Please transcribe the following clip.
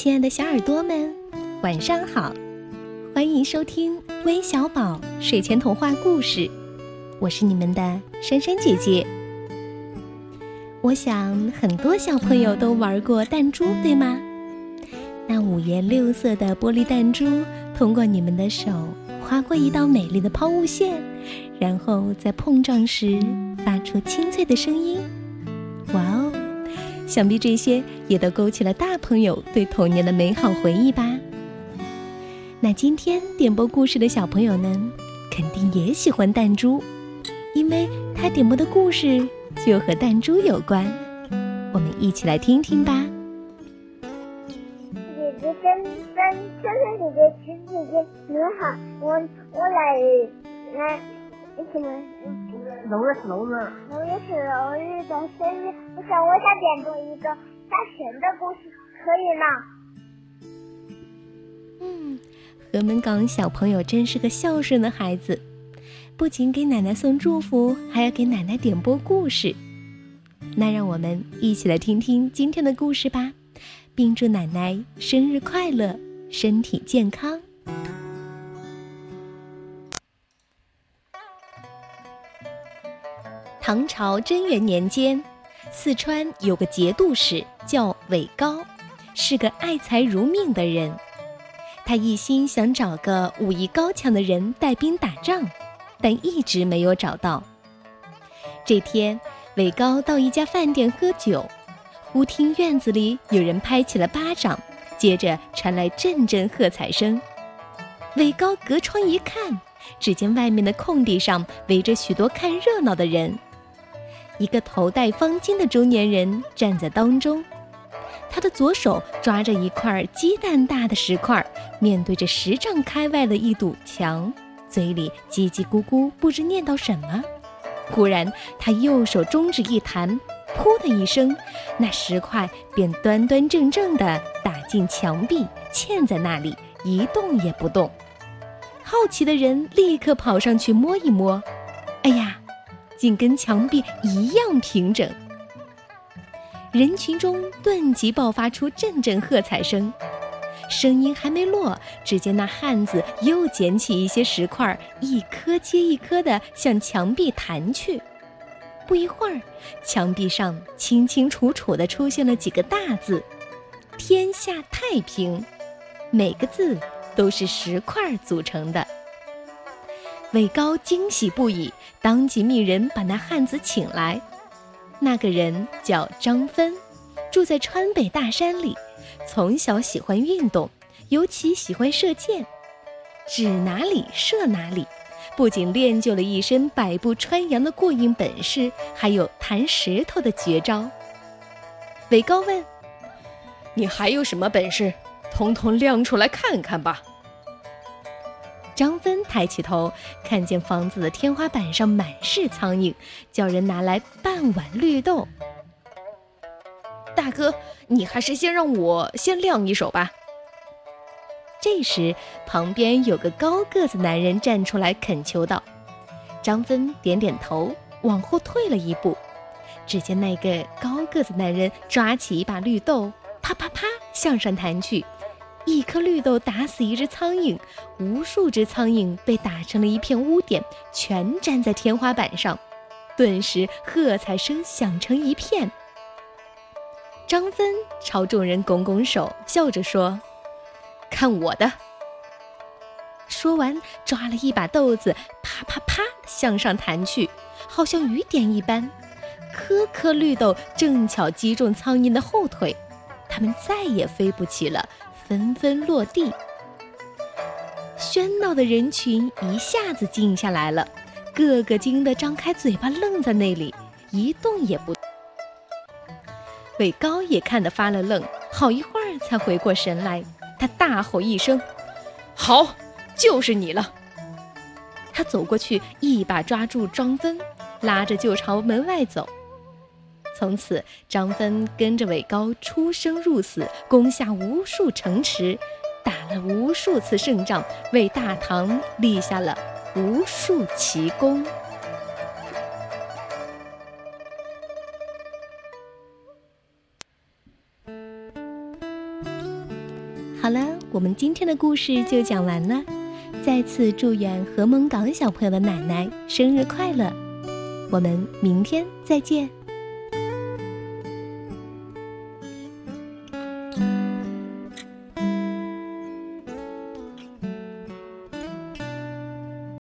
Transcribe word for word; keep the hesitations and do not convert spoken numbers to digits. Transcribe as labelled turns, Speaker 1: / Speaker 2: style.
Speaker 1: 亲爱的小耳朵们，晚上好！欢迎收听微小宝睡前童话故事，我是你们的珊珊姐姐。我想很多小朋友都玩过弹珠，对吗？那五颜六色的玻璃弹珠通过你们的手划过一道美丽的抛物线，然后在碰撞时发出清脆的声音。哇哦，想必这些也都勾起了大朋友对童年的美好回忆吧。那今天点播故事的小朋友呢，肯定也喜欢弹珠，因为他点播的故事就和弹珠有关。我们一起来听听吧。
Speaker 2: 姐姐珊珊珊珊姐姐琪姐姐你好，我我来来什么？
Speaker 3: 龙月是龙日，
Speaker 2: 龙月是龙日的生日，我想我想点播一个大神的故事，可以吗？
Speaker 1: 嗯，何门岗小朋友真是个孝顺的孩子，不仅给奶奶送祝福，还要给奶奶点播故事。那让我们一起来听听今天的故事吧，并祝奶奶生日快乐，身体健康。唐朝贞元年间，四川有个节度使叫韦高，是个爱财如命的人。他一心想找个武艺高强的人带兵打仗，但一直没有找到。这天，韦高到一家饭店喝酒，忽听院子里有人拍起了巴掌，接着传来阵阵喝彩声。韦高隔窗一看，只见外面的空地上围着许多看热闹的人。一个头戴方巾的中年人站在当中，他的左手抓着一块鸡蛋大的石块，面对着十丈开外的一堵墙，嘴里叽叽咕咕不知念叨什么。忽然他右手中指一弹，噗的一声，那石块便端端正正地打进墙壁，嵌在那里一动也不动。好奇的人立刻跑上去摸一摸，哎呀，竟跟墙壁一样平整。人群中顿即爆发出阵阵喝彩声，声音还没落，只见那汉子又捡起一些石块，一颗接一颗地向墙壁弹去。不一会儿，墙壁上清清楚楚地出现了几个大字：天下太平。每个字都是石块组成的。韦高惊喜不已，当即命人把那汉子请来。那个人叫张芬，住在川北大山里，从小喜欢运动，尤其喜欢射箭，指哪里射哪里，不仅练就了一身百步穿杨的过硬本事，还有弹石头的绝招。韦高问：
Speaker 4: 你还有什么本事？统统亮出来看看吧。
Speaker 1: 张芬抬起头，看见房子的天花板上满是苍蝇，叫人拿来半碗绿豆。
Speaker 4: 大哥，你还是先让我先亮一手吧。
Speaker 1: 这时旁边有个高个子男人站出来恳求道。张芬点点头，往后退了一步。只见那个高个子男人抓起一把绿豆，啪啪啪向上弹去，一颗绿豆打死一只苍蝇，无数只苍蝇被打成了一片污点，全粘在天花板上，顿时喝彩声响成一片。张芬朝众人拱拱手，笑着说：看我的。说完抓了一把豆子，啪啪啪向上弹去，好像雨点一般，颗颗绿豆正巧击中苍蝇的后腿，它们再也飞不起了，纷纷落地。喧闹的人群一下子静下来了，个个惊得张开嘴巴愣在那里，一动也不动。韦高也看得发了愣，好一会儿才回过神来，他大吼一声：
Speaker 4: 好，就是你了。
Speaker 1: 他走过去，一把抓住张芬，拉着就朝门外走。从此张芬跟着韦高出生入死，攻下无数城池，打了无数次胜仗，为大唐立下了无数奇功。 好了，我们今天的故事就讲完了。再次祝愿何蒙港小朋友的奶奶生日快乐，我们明天再见。